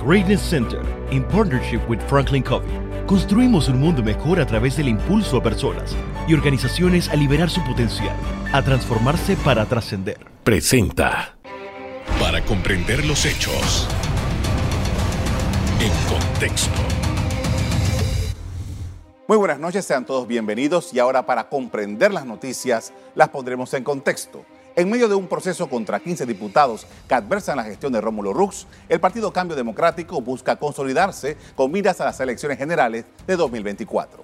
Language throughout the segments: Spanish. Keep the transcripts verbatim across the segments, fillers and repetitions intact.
Greatness Center, in partnership with Franklin Covey, construimos un mundo mejor a través del impulso a personas y organizaciones a liberar su potencial, a transformarse para trascender. Presenta. Para comprender los hechos. En contexto. Muy buenas noches, sean todos bienvenidos y ahora para comprender las noticias las pondremos en contexto. En medio de un proceso contra quince diputados que adversan la gestión de Rómulo Rux, el Partido Cambio Democrático busca consolidarse con miras a las elecciones generales de dos mil veinticuatro.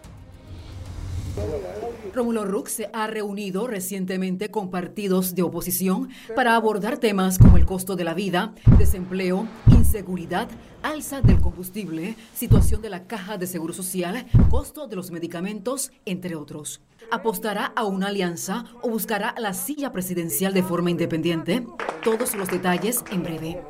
Rómulo Rux se ha reunido recientemente con partidos de oposición para abordar temas como el costo de la vida, desempleo, inseguridad, alza del combustible, situación de la caja de seguro social, costo de los medicamentos, entre otros. ¿Apostará a una alianza o buscará la silla presidencial de forma independiente? Todos los detalles en breve.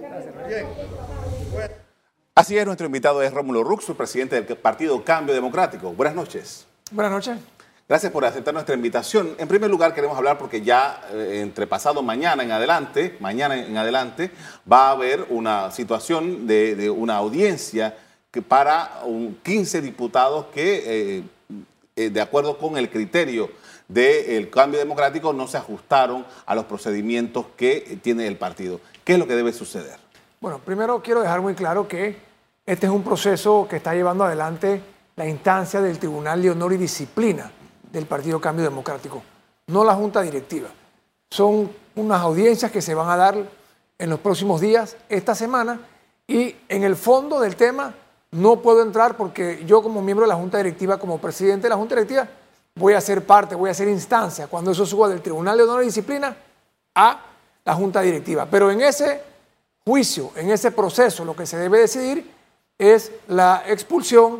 Así es, nuestro invitado es Rómulo Rux, su presidente del Partido Cambio Democrático. Buenas noches. Buenas noches. Gracias por aceptar nuestra invitación. En primer lugar, queremos hablar porque ya eh, entre pasado mañana en adelante, mañana en adelante, va a haber una situación de, de una audiencia que para un quince diputados que, eh, eh, de acuerdo con el criterio del Cambio Democrático, no se ajustaron a los procedimientos que tiene el partido. ¿Qué es lo que debe suceder? Bueno, primero quiero dejar muy claro que este es un proceso que está llevando adelante la instancia del Tribunal de Honor y Disciplina del Partido Cambio Democrático, no la Junta Directiva. Son unas audiencias que se van a dar en los próximos días, esta semana, y en el fondo del tema no puedo entrar porque yo como miembro de la Junta Directiva, como presidente de la Junta Directiva, voy a ser parte, voy a ser instancia cuando eso suba del Tribunal de Honor y Disciplina a la Junta Directiva. Pero en ese juicio, en ese proceso, lo que se debe decidir es la expulsión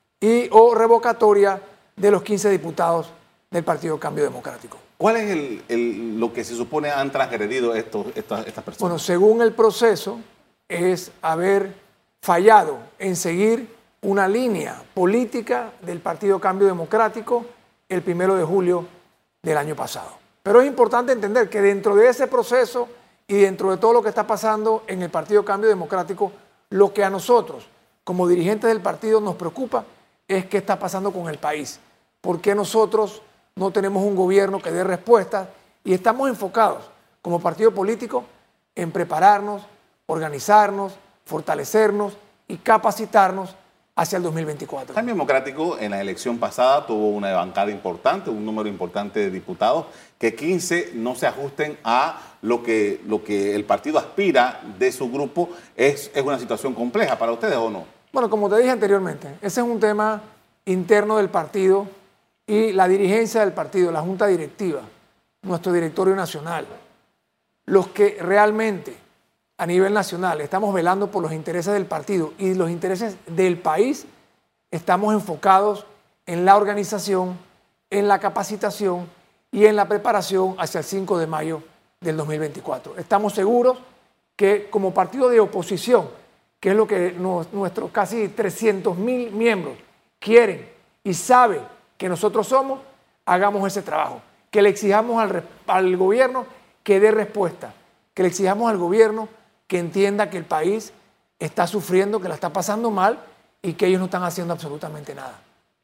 y o revocatoria de los quince diputados del Partido Cambio Democrático. ¿Cuál es el, el, lo que se supone han transgredido estos, estas, estas personas? Bueno, según el proceso, es haber fallado en seguir una línea política del Partido Cambio Democrático el primero de julio del año pasado. Pero es importante entender que dentro de ese proceso y dentro de todo lo que está pasando en el Partido Cambio Democrático, lo que a nosotros, como dirigentes del partido, nos preocupa es qué está pasando con el país. ¿Por qué nosotros no tenemos un gobierno que dé respuestas? Y estamos enfocados como partido político en prepararnos, organizarnos, fortalecernos y capacitarnos hacia el dos mil veinticuatro. El Cambio Democrático en la elección pasada tuvo una bancada importante, un número importante de diputados, que quince no se ajusten a lo que, lo que el partido aspira de su grupo. ¿Es, es una situación compleja para ustedes o no? Bueno, como te dije anteriormente, ese es un tema interno del partido y la dirigencia del partido, la Junta Directiva, nuestro directorio nacional, los que realmente a nivel nacional estamos velando por los intereses del partido y los intereses del país, estamos enfocados en la organización, en la capacitación y en la preparación hacia el cinco de mayo del dos mil veinticuatro. Estamos seguros que como partido de oposición, que es lo que nos, nuestros casi trescientos mil miembros quieren y saben que nosotros somos, hagamos ese trabajo, que le exijamos al, al gobierno que dé respuesta, que le exijamos al gobierno que entienda que el país está sufriendo, que la está pasando mal y que ellos no están haciendo absolutamente nada.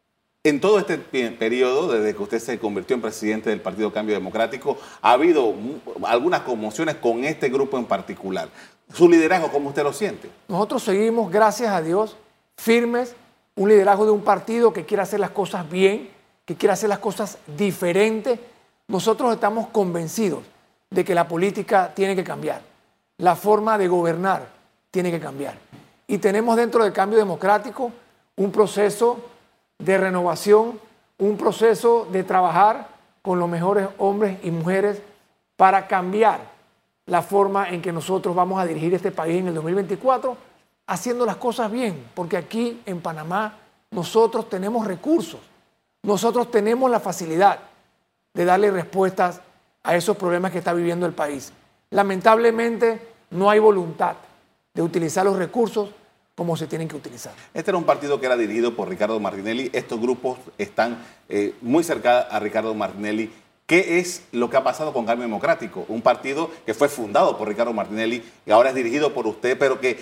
En todo este periodo, desde que usted se convirtió en presidente del Partido Cambio Democrático, ha habido algunas conmociones con este grupo en particular. ¿Su liderazgo cómo usted lo siente? Nosotros seguimos, gracias a Dios, firmes, un liderazgo de un partido que quiere hacer las cosas bien, que quiere hacer las cosas diferentes. Nosotros estamos convencidos de que la política tiene que cambiar, la forma de gobernar tiene que cambiar. Y tenemos dentro del Cambio Democrático un proceso de renovación, un proceso de trabajar con los mejores hombres y mujeres para cambiar la forma en que nosotros vamos a dirigir este país en el dos mil veinticuatro, haciendo las cosas bien, porque aquí en Panamá nosotros tenemos recursos, nosotros tenemos la facilidad de darle respuestas a esos problemas que está viviendo el país. Lamentablemente no hay voluntad de utilizar los recursos como se tienen que utilizar. Este era un partido que era dirigido por Ricardo Martinelli. Estos grupos están eh, muy cerca a Ricardo Martinelli. ¿Qué es lo que ha pasado con Cambio Democrático? Un partido que fue fundado por Ricardo Martinelli y ahora es dirigido por usted, pero que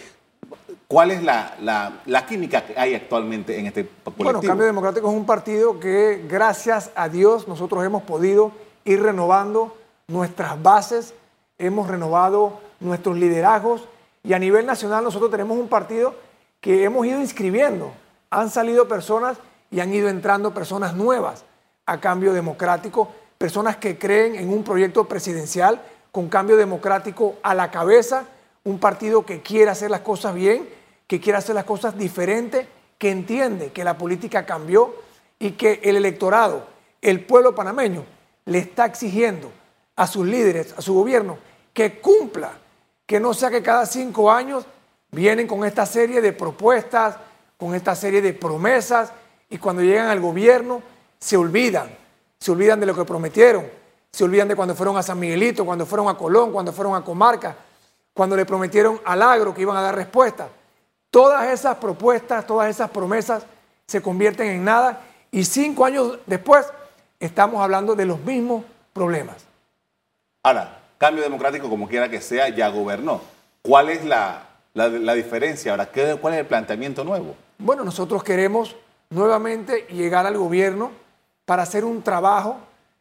¿Cuál es la, la, la química que hay actualmente en este colectivo? Bueno, Cambio Democrático es un partido que, gracias a Dios, nosotros hemos podido ir renovando nuestras bases, hemos renovado nuestros liderazgos y a nivel nacional nosotros tenemos un partido que hemos ido inscribiendo. Han salido personas y han ido entrando personas nuevas a Cambio Democrático, personas que creen en un proyecto presidencial con Cambio Democrático a la cabeza, un partido que quiere hacer las cosas bien, que quiere hacer las cosas diferentes, que entiende que la política cambió y que el electorado, el pueblo panameño, le está exigiendo a sus líderes, a su gobierno, que cumpla, que no sea que cada cinco años vienen con esta serie de propuestas, con esta serie de promesas, y cuando llegan al gobierno se olvidan, se olvidan de lo que prometieron, se olvidan de cuando fueron a San Miguelito, cuando fueron a Colón, cuando fueron a Comarca, cuando le prometieron al agro que iban a dar respuesta. Todas esas propuestas, todas esas promesas se convierten en nada y cinco años después estamos hablando de los mismos problemas. Ahora, Cambio Democrático, como quiera que sea, ya gobernó. ¿Cuál es la, la, la diferencia ahora? ¿Qué, ¿Cuál es el planteamiento nuevo? Bueno, nosotros queremos nuevamente llegar al gobierno para hacer un trabajo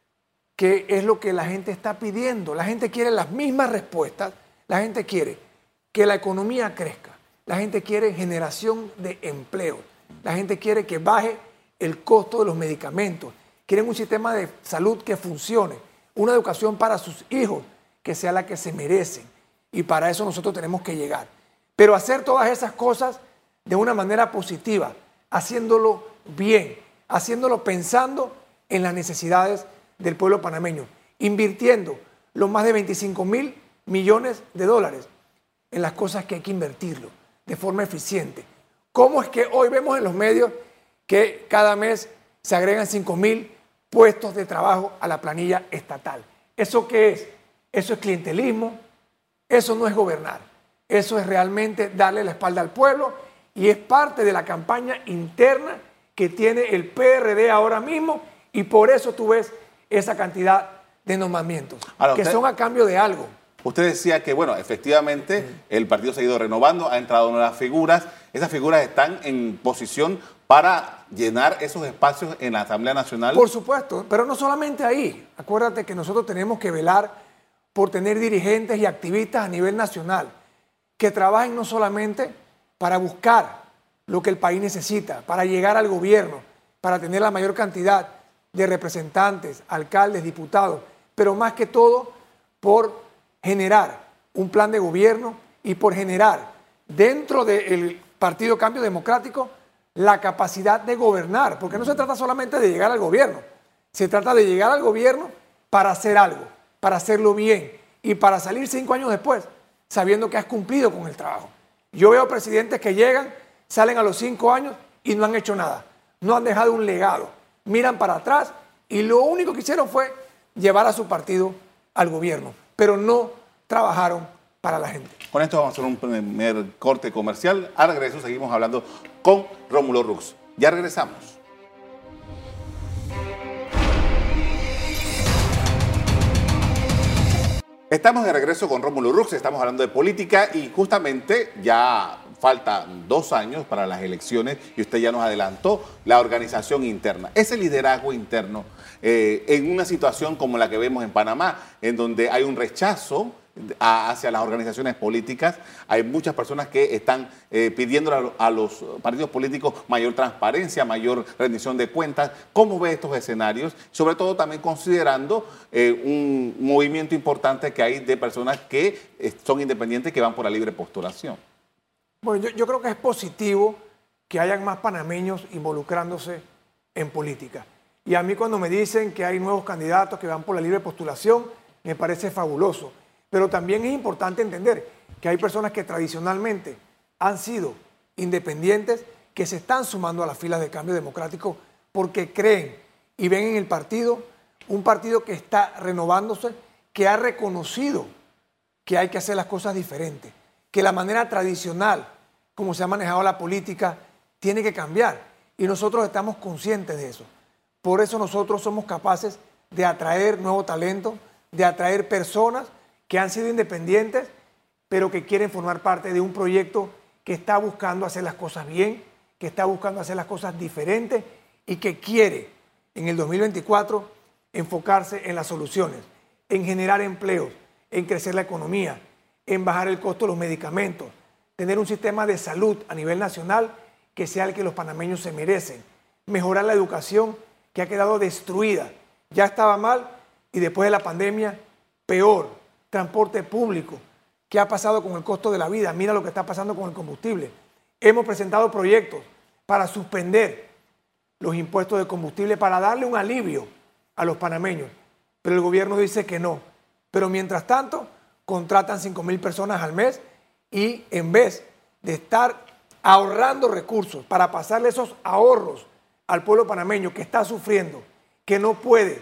que es lo que la gente está pidiendo. La gente quiere las mismas respuestas. La gente quiere que la economía crezca, la gente quiere generación de empleo, la gente quiere que baje el costo de los medicamentos, quieren un sistema de salud que funcione, una educación para sus hijos que sea la que se merecen y para eso nosotros tenemos que llegar. Pero hacer todas esas cosas de una manera positiva, haciéndolo bien, haciéndolo pensando en las necesidades del pueblo panameño, invirtiendo los más de veinticinco mil millones de dólares en las cosas que hay que invertirlo de forma eficiente. ¿Cómo es que hoy vemos en los medios que cada mes se agregan cinco mil puestos de trabajo a la planilla estatal? ¿Eso qué es? Eso es clientelismo, eso no es gobernar, eso es realmente darle la espalda al pueblo y es parte de la campaña interna que tiene el P R D ahora mismo y por eso tú ves esa cantidad de nombramientos, Ahora, que usted... son a cambio de algo. Usted decía que, bueno, efectivamente sí. el partido se ha ido renovando, ha entrado nuevas figuras. Esas figuras están en posición para llenar esos espacios en la Asamblea Nacional. Por supuesto, pero no solamente ahí. Acuérdate que nosotros tenemos que velar por tener dirigentes y activistas a nivel nacional que trabajen no solamente para buscar lo que el país necesita, para llegar al gobierno, para tener la mayor cantidad de representantes, alcaldes, diputados, pero más que todo por generar un plan de gobierno y por generar dentro del Partido Cambio Democrático la capacidad de gobernar, porque no se trata solamente de llegar al gobierno, se trata de llegar al gobierno para hacer algo, para hacerlo bien y para salir cinco años después sabiendo que has cumplido con el trabajo. Yo veo presidentes que llegan, salen a los cinco años y no han hecho nada, no han dejado un legado, miran para atrás y lo único que hicieron fue llevar a su partido al gobierno, pero no trabajaron para la gente. Con esto vamos a hacer un primer corte comercial. Al regreso seguimos hablando con Rómulo Rux. Ya regresamos. Estamos de regreso con Rómulo Rux, estamos hablando de política y justamente ya faltan dos años para las elecciones y usted ya nos adelantó la organización interna. Ese liderazgo interno eh, en una situación como la que vemos en Panamá, en donde hay un rechazo a, hacia las organizaciones políticas, hay muchas personas que están eh, pidiendo a, a los partidos políticos mayor transparencia, mayor rendición de cuentas. ¿Cómo ve estos escenarios? Sobre todo también considerando eh, un movimiento importante que hay de personas que eh, son independientes que van por la libre postulación. Bueno, yo, yo creo que es positivo que hayan más panameños involucrándose en política. Y a mí cuando me dicen que hay nuevos candidatos que van por la libre postulación, me parece fabuloso. Pero también es importante entender que hay personas que tradicionalmente han sido independientes, que se están sumando a las filas de Cambio Democrático porque creen y ven en el partido un partido que está renovándose, que ha reconocido que hay que hacer las cosas diferentes, que la manera tradicional como se ha manejado la política tiene que cambiar y nosotros estamos conscientes de eso. Por eso nosotros somos capaces de atraer nuevo talento, de atraer personas que han sido independientes, pero que quieren formar parte de un proyecto que está buscando hacer las cosas bien, que está buscando hacer las cosas diferentes y que quiere en el dos mil veinticuatro enfocarse en las soluciones, en generar empleos, en crecer la economía, en bajar el costo de los medicamentos, tener un sistema de salud a nivel nacional que sea el que los panameños se merecen, mejorar la educación que ha quedado destruida, ya estaba mal y después de la pandemia peor, transporte público, ¿qué ha pasado con el costo de la vida? Mira lo que está pasando con el combustible. Hemos presentado proyectos para suspender los impuestos de combustible para darle un alivio a los panameños, pero el gobierno dice que no. Pero mientras tanto, contratan cinco mil personas al mes y en vez de estar ahorrando recursos para pasarle esos ahorros al pueblo panameño que está sufriendo, que no puede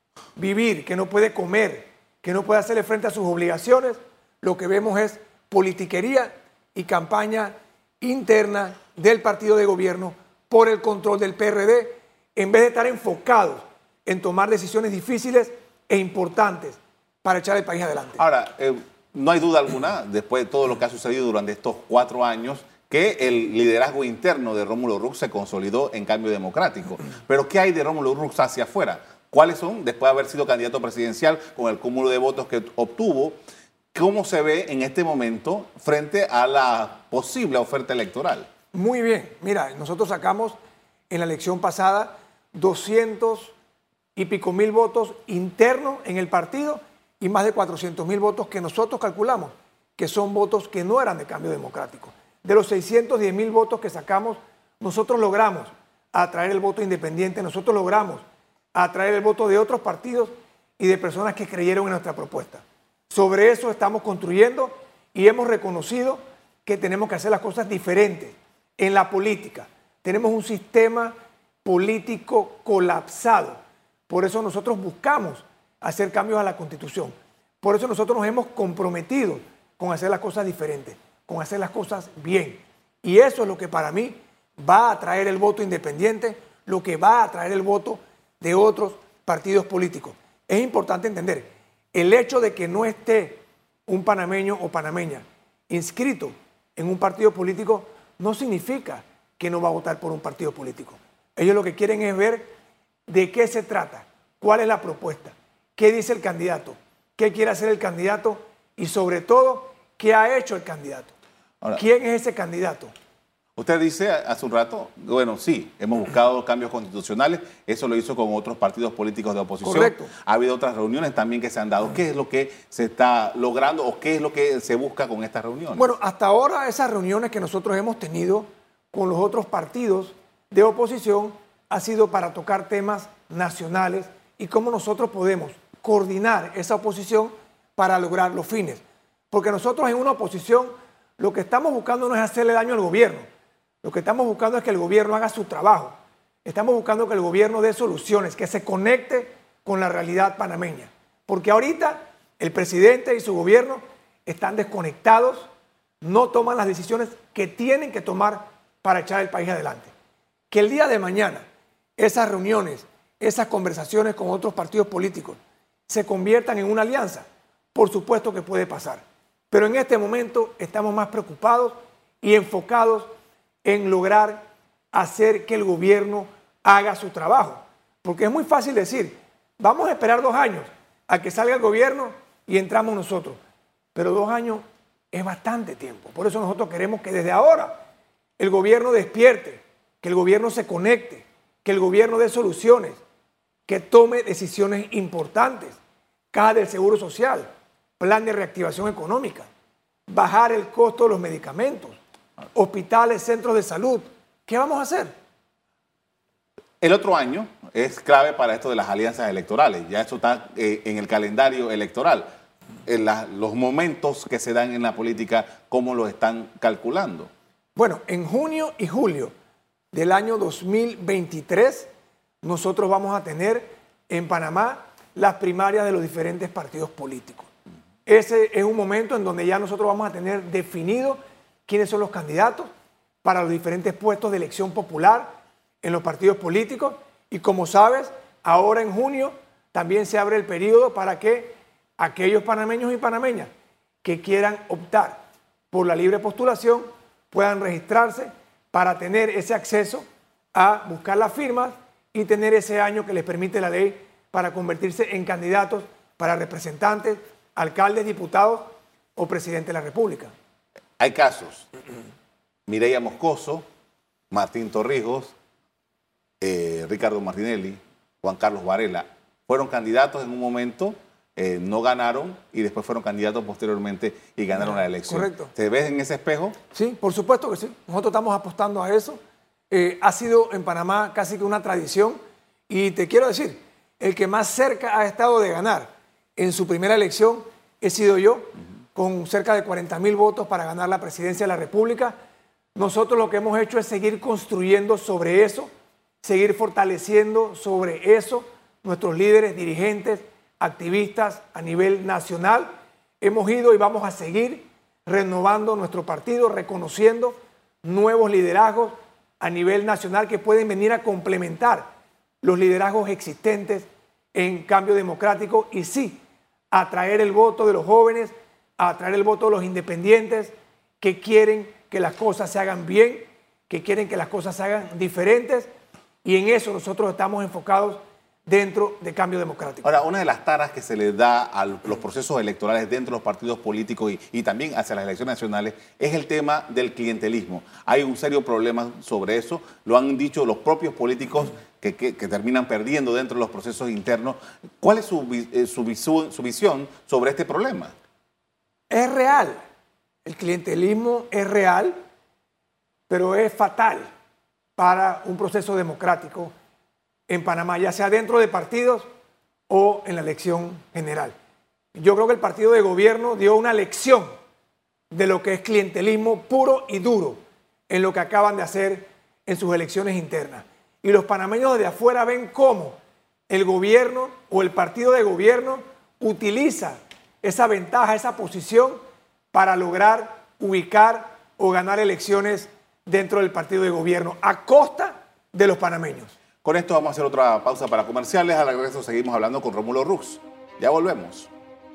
vivir, que no puede comer, que no puede hacerle frente a sus obligaciones, lo que vemos es politiquería y campaña interna del partido de gobierno por el control del P R D, en vez de estar enfocados en tomar decisiones difíciles e importantes para echar el país adelante. Ahora, eh, no hay duda alguna, después de todo lo que ha sucedido durante estos cuatro años, que el liderazgo interno de Rómulo Rux se consolidó en Cambio Democrático. Pero ¿qué hay de Rómulo Rux hacia afuera? ¿Cuáles son, después de haber sido candidato presidencial con el cúmulo de votos que obtuvo, cómo se ve en este momento frente a la posible oferta electoral? Muy bien. Mira, nosotros sacamos en la elección pasada doscientos y pico mil votos internos en el partido y más de cuatrocientos mil votos que nosotros calculamos que son votos que no eran de Cambio Democrático. De los seiscientos diez mil votos que sacamos, nosotros logramos atraer el voto independiente, nosotros logramos atraer el voto de otros partidos y de personas que creyeron en nuestra propuesta. Sobre eso estamos construyendo y hemos reconocido que tenemos que hacer las cosas diferentes en la política. Tenemos un sistema político colapsado. Por eso nosotros buscamos hacer cambios a la Constitución. Por eso nosotros nos hemos comprometido con hacer las cosas diferentes, con hacer las cosas bien. Y eso es lo que para mí va a atraer el voto independiente, lo que va a atraer el voto de otros partidos políticos. Es importante entender, el hecho de que no esté un panameño o panameña inscrito en un partido político no significa que no va a votar por un partido político. Ellos lo que quieren es ver de qué se trata, cuál es la propuesta, qué dice el candidato, qué quiere hacer el candidato y sobre todo, qué ha hecho el candidato. Ahora, ¿quién es ese candidato? Usted dice hace un rato, bueno, sí, hemos buscado cambios constitucionales, eso lo hizo con otros partidos políticos de oposición. Correcto. Ha habido otras reuniones también que se han dado. ¿Qué es lo que se está logrando o qué es lo que se busca con estas reuniones? Bueno, hasta ahora esas reuniones que nosotros hemos tenido con los otros partidos de oposición ha sido para tocar temas nacionales y cómo nosotros podemos coordinar esa oposición para lograr los fines. Porque nosotros en una oposición lo que estamos buscando no es hacerle daño al gobierno. Lo que estamos buscando es que el gobierno haga su trabajo. Estamos buscando que el gobierno dé soluciones, que se conecte con la realidad panameña. Porque ahorita el presidente y su gobierno están desconectados, no toman las decisiones que tienen que tomar para echar el país adelante. Que el día de mañana esas reuniones, esas conversaciones con otros partidos políticos se conviertan en una alianza, por supuesto que puede pasar. Pero en este momento estamos más preocupados y enfocados en lograr hacer que el gobierno haga su trabajo. Porque es muy fácil decir, vamos a esperar dos años a que salga el gobierno y entramos nosotros. Pero dos años es bastante tiempo. Por eso nosotros queremos que desde ahora el gobierno despierte, que el gobierno se conecte, que el gobierno dé soluciones, que tome decisiones importantes. Caja del Seguro Social, plan de reactivación económica, bajar el costo de los medicamentos, hospitales, centros de salud. ¿Qué vamos a hacer? El otro año es clave para esto de las alianzas electorales. Ya esto está eh, en el calendario electoral. En la, los momentos que se dan en la política, ¿cómo los están calculando? Bueno, en junio y julio del año dos mil veintitrés, nosotros vamos a tener en Panamá las primarias de los diferentes partidos políticos. Ese es un momento en donde ya nosotros vamos a tener definido quiénes son los candidatos para los diferentes puestos de elección popular en los partidos políticos. Y como sabes, ahora en junio también se abre el periodo para que aquellos panameños y panameñas que quieran optar por la libre postulación puedan registrarse para tener ese acceso a buscar las firmas y tener ese año que les permite la ley para convertirse en candidatos para representantes, alcaldes, diputados o presidente de la República. Hay casos. Mireya Moscoso, Martín Torrijos, eh, Ricardo Martinelli, Juan Carlos Varela, fueron candidatos en un momento, eh, no ganaron y después fueron candidatos posteriormente y ganaron la elección. Correcto. ¿Te ves en ese espejo? Sí, por supuesto que sí. Nosotros estamos apostando a eso. Eh, ha sido en Panamá casi que una tradición y te quiero decir, el que más cerca ha estado de ganar en su primera elección he sido yo, uh-huh. con cerca de cuarenta mil votos para ganar la presidencia de la República. Nosotros lo que hemos hecho es seguir construyendo sobre eso, seguir fortaleciendo sobre eso nuestros líderes, dirigentes, activistas a nivel nacional. Hemos ido y vamos a seguir renovando nuestro partido, reconociendo nuevos liderazgos a nivel nacional que pueden venir a complementar los liderazgos existentes en Cambio Democrático y sí, atraer el voto de los jóvenes, atraer el voto de los independientes que quieren que las cosas se hagan bien, que quieren que las cosas se hagan diferentes y en eso nosotros estamos enfocados dentro de Cambio Democrático. Ahora, una de las taras que se les da a los procesos electorales dentro de los partidos políticos y, y también hacia las elecciones nacionales es el tema del clientelismo. Hay un serio problema sobre eso, lo han dicho los propios políticos que, que, que terminan perdiendo dentro de los procesos internos. ¿Cuál es su, eh, su, visu, su visión sobre este problema? Es real, el clientelismo es real, pero es fatal para un proceso democrático en Panamá, ya sea dentro de partidos o en la elección general. Yo creo que el partido de gobierno dio una lección de lo que es clientelismo puro y duro en lo que acaban de hacer en sus elecciones internas. Y los panameños desde afuera ven cómo el gobierno o el partido de gobierno utiliza esa ventaja, esa posición para lograr ubicar o ganar elecciones dentro del partido de gobierno a costa de los panameños. Con esto vamos a hacer otra pausa para comerciales. Al regreso seguimos hablando con Rómulo Rux. Ya volvemos.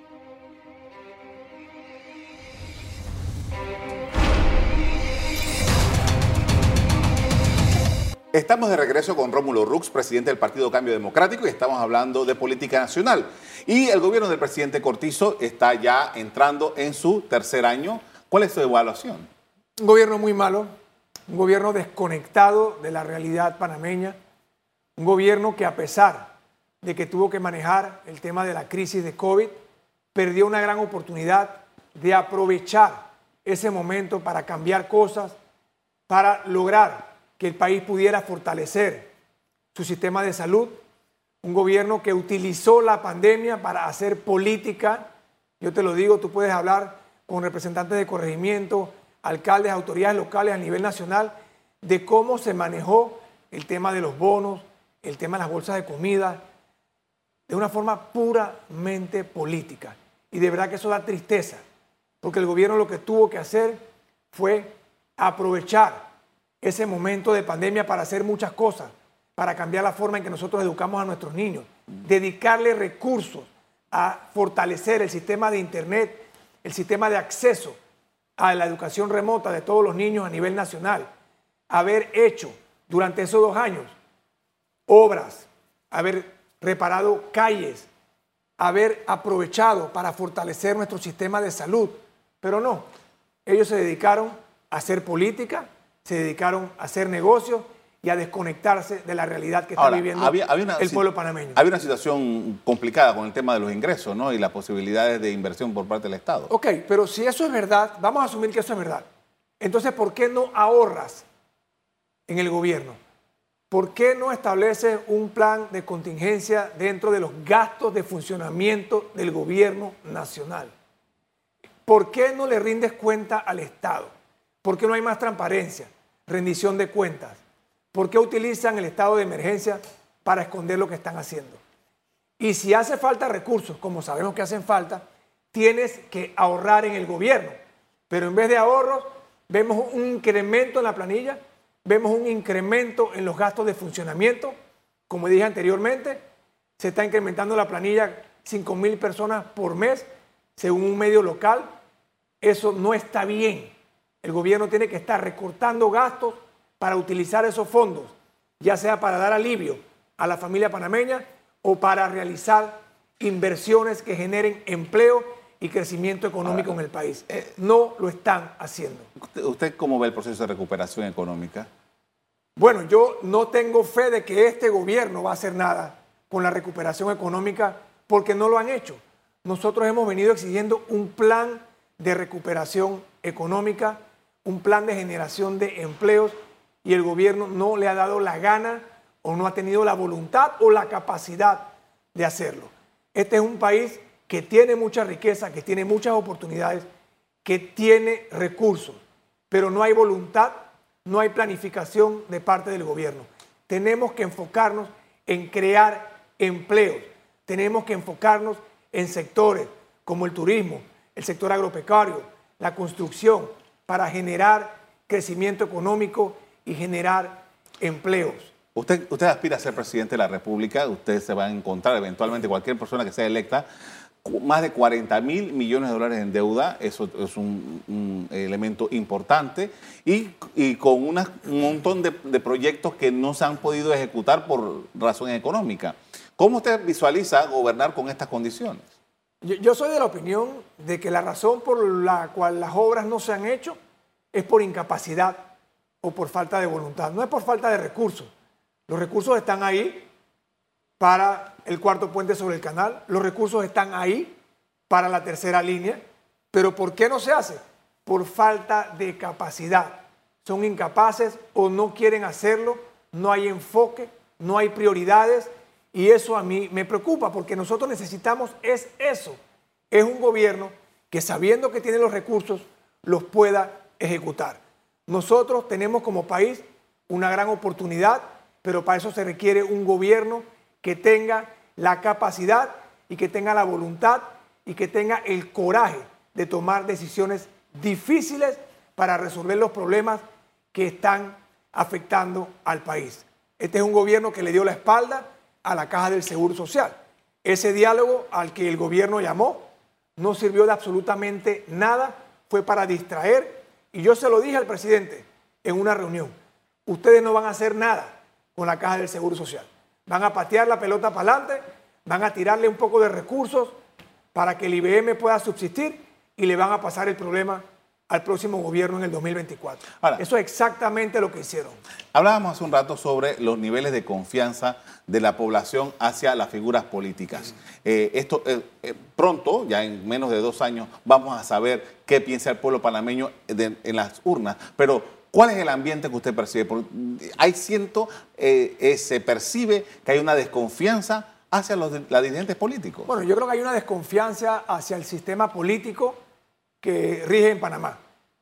Estamos de regreso con Rómulo Rux, presidente del Partido Cambio Democrático, y estamos hablando de política nacional. Y el gobierno del presidente Cortizo está ya entrando en su tercer año. ¿Cuál es su evaluación? Un gobierno muy malo, un gobierno desconectado de la realidad panameña, un gobierno que a pesar de que tuvo que manejar el tema de la crisis de COVID, perdió una gran oportunidad de aprovechar ese momento para cambiar cosas, para lograr que el país pudiera fortalecer su sistema de salud, un gobierno que utilizó la pandemia para hacer política. Yo te lo digo, tú puedes hablar con representantes de corregimiento, alcaldes, autoridades locales a nivel nacional, de cómo se manejó el tema de los bonos, el tema de las bolsas de comida, de una forma puramente política. Y de verdad que eso da tristeza, porque el gobierno lo que tuvo que hacer fue aprovechar ese momento de pandemia para hacer muchas cosas, para cambiar la forma en que nosotros educamos a nuestros niños, dedicarle recursos a fortalecer el sistema de internet, el sistema de acceso a la educación remota de todos los niños a nivel nacional, haber hecho durante esos dos años obras, haber reparado calles, haber aprovechado para fortalecer nuestro sistema de salud, pero no, ellos se dedicaron a hacer política, se dedicaron a hacer negocios y a desconectarse de la realidad que está Ahora, viviendo había, había una, el pueblo panameño. Había una situación complicada con el tema de los ingresos, ¿no? Y las posibilidades de inversión por parte del Estado. Ok, pero si eso es verdad, vamos a asumir que eso es verdad. Entonces, ¿por qué no ahorras en el gobierno? ¿Por qué no estableces un plan de contingencia dentro de los gastos de funcionamiento del gobierno nacional? ¿Por qué no le rindes cuenta al Estado? ¿Por qué no hay más transparencia, rendición de cuentas? ¿Por qué utilizan el estado de emergencia para esconder lo que están haciendo? Y si hace falta recursos, como sabemos que hacen falta, tienes que ahorrar en el gobierno. Pero en vez de ahorros, vemos un incremento en la planilla, vemos un incremento en los gastos de funcionamiento. Como dije anteriormente, se está incrementando la planilla cinco mil personas por mes, según un medio local. Eso no está bien. El gobierno tiene que estar recortando gastos para utilizar esos fondos, ya sea para dar alivio a la familia panameña o para realizar inversiones que generen empleo y crecimiento económico Ahora, en el país. No lo están haciendo. ¿Usted cómo ve el proceso de recuperación económica? Bueno, yo no tengo fe de que este gobierno va a hacer nada con la recuperación económica porque no lo han hecho. Nosotros hemos venido exigiendo un plan de recuperación económica, un plan de generación de empleos y el gobierno no le ha dado la gana o no ha tenido la voluntad o la capacidad de hacerlo. Este es un país que tiene mucha riqueza, que tiene muchas oportunidades, que tiene recursos, pero no hay voluntad, no hay planificación de parte del gobierno. Tenemos que enfocarnos en crear empleos, tenemos que enfocarnos en sectores como el turismo, el sector agropecuario, la construcción, para generar crecimiento económico y generar empleos. Usted, usted aspira a ser presidente de la República, usted se va a encontrar eventualmente, cualquier persona que sea electa, más de cuarenta mil millones de dólares en deuda, eso es un, un elemento importante, y, y con una, un montón de, de proyectos que no se han podido ejecutar por razón económica. ¿Cómo usted visualiza gobernar con estas condiciones? Yo, yo soy de la opinión de que la razón por la cual las obras no se han hecho es por incapacidad o por falta de voluntad, no es por falta de recursos. Los recursos están ahí para el cuarto puente sobre el canal, los recursos están ahí para la tercera línea, pero ¿por qué no se hace? Por falta de capacidad. Son incapaces o no quieren hacerlo, no hay enfoque, no hay prioridades y eso a mí me preocupa porque nosotros necesitamos es eso, es un gobierno que sabiendo que tiene los recursos los pueda ejecutar. Nosotros tenemos como país una gran oportunidad, pero para eso se requiere un gobierno que tenga la capacidad y que tenga la voluntad y que tenga el coraje de tomar decisiones difíciles para resolver los problemas que están afectando al país. Este es un gobierno que le dio la espalda a la Caja del Seguro Social. Ese diálogo al que el gobierno llamó no sirvió de absolutamente nada, fue para distraer y yo se lo dije al presidente en una reunión. Ustedes no van a hacer nada con la Caja del Seguro Social. Van a patear la pelota para adelante, van a tirarle un poco de recursos para que el I B M pueda subsistir y le van a pasar el problema al próximo gobierno en el dos mil veinticuatro. Ahora, eso es exactamente lo que hicieron. Hablábamos hace un rato sobre los niveles de confianza de la población hacia las figuras políticas. Eh, esto eh, eh, pronto, ya en menos de dos años, vamos a saber qué piensa el pueblo panameño de, en las urnas, pero ¿cuál es el ambiente que usted percibe? Porque hay siento, eh, eh, se percibe que hay una desconfianza hacia los, los dirigentes políticos. Bueno, yo creo que hay una desconfianza hacia el sistema político que rige en Panamá.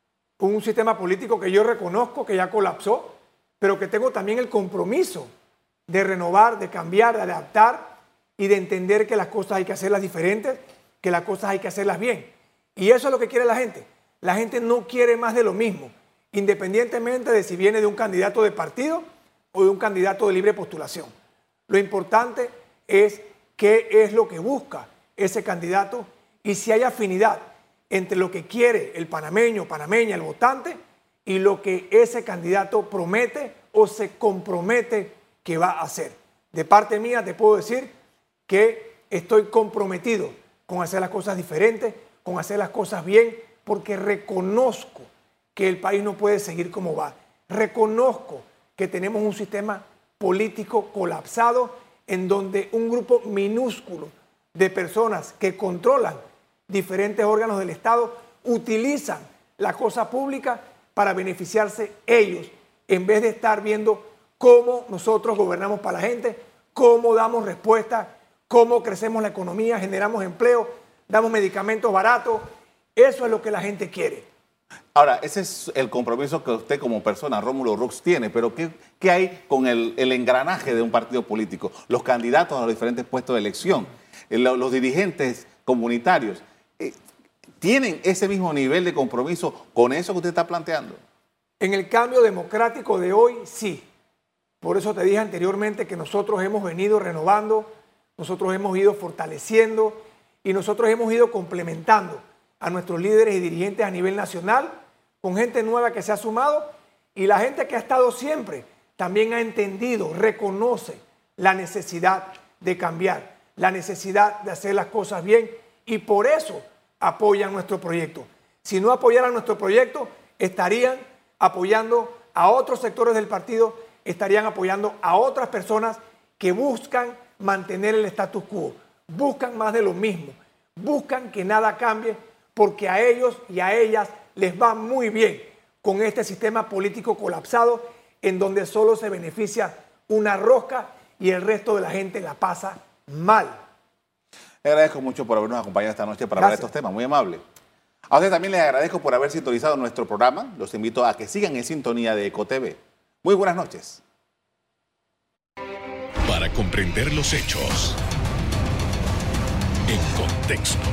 Un sistema político que yo reconozco que ya colapsó, pero que tengo también el compromiso de renovar, de cambiar, de adaptar y de entender que las cosas hay que hacerlas diferentes, que las cosas hay que hacerlas bien. Y eso es lo que quiere la gente. La gente no quiere más de lo mismo, independientemente de si viene de un candidato de partido o de un candidato de libre postulación. Lo importante es qué es lo que busca ese candidato y si hay afinidad entre lo que quiere el panameño, panameña, el votante y lo que ese candidato promete o se compromete que va a hacer. De parte mía te puedo decir que estoy comprometido con hacer las cosas diferentes, con hacer las cosas bien, porque reconozco que el país no puede seguir como va. Reconozco que tenemos un sistema político colapsado en donde un grupo minúsculo de personas que controlan diferentes órganos del Estado utilizan la cosa pública para beneficiarse ellos, en vez de estar viendo cómo nosotros gobernamos para la gente, cómo damos respuesta, cómo crecemos la economía, generamos empleo, damos medicamentos baratos. Eso es lo que la gente quiere. Ahora, ese es el compromiso que usted como persona, Rómulo Rux, tiene, pero ¿qué, qué hay con el, el engranaje de un partido político? Los candidatos a los diferentes puestos de elección, los, los dirigentes comunitarios, eh, ¿tienen ese mismo nivel de compromiso con eso que usted está planteando? En el cambio democrático de hoy, sí. Por eso te dije anteriormente que nosotros hemos venido renovando, nosotros hemos ido fortaleciendo y nosotros hemos ido complementando a nuestros líderes y dirigentes a nivel nacional con gente nueva que se ha sumado y la gente que ha estado siempre también ha entendido, reconoce la necesidad de cambiar, la necesidad de hacer las cosas bien y por eso apoyan nuestro proyecto. Si no apoyaran nuestro proyecto, estarían apoyando a otros sectores del partido, estarían apoyando a otras personas que buscan mantener el status quo, buscan más de lo mismo, buscan que nada cambie porque a ellos y a ellas les va muy bien con este sistema político colapsado en donde solo se beneficia una rosca y el resto de la gente la pasa mal. Le agradezco mucho por habernos acompañado esta noche para hablar de estos temas, muy amable. A usted también les agradezco por haber sintonizado nuestro programa. Los invito a que sigan en sintonía de EcoTV. Muy buenas noches. Para comprender los hechos en contexto.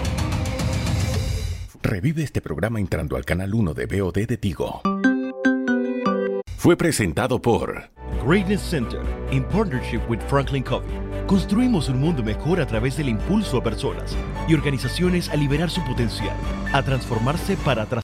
Revive este programa entrando al canal uno de V O D de Tigo. Fue presentado por Greatness Center, in partnership with Franklin Covey. Construimos un mundo mejor a través del impulso a personas y organizaciones a liberar su potencial, a transformarse para trascender.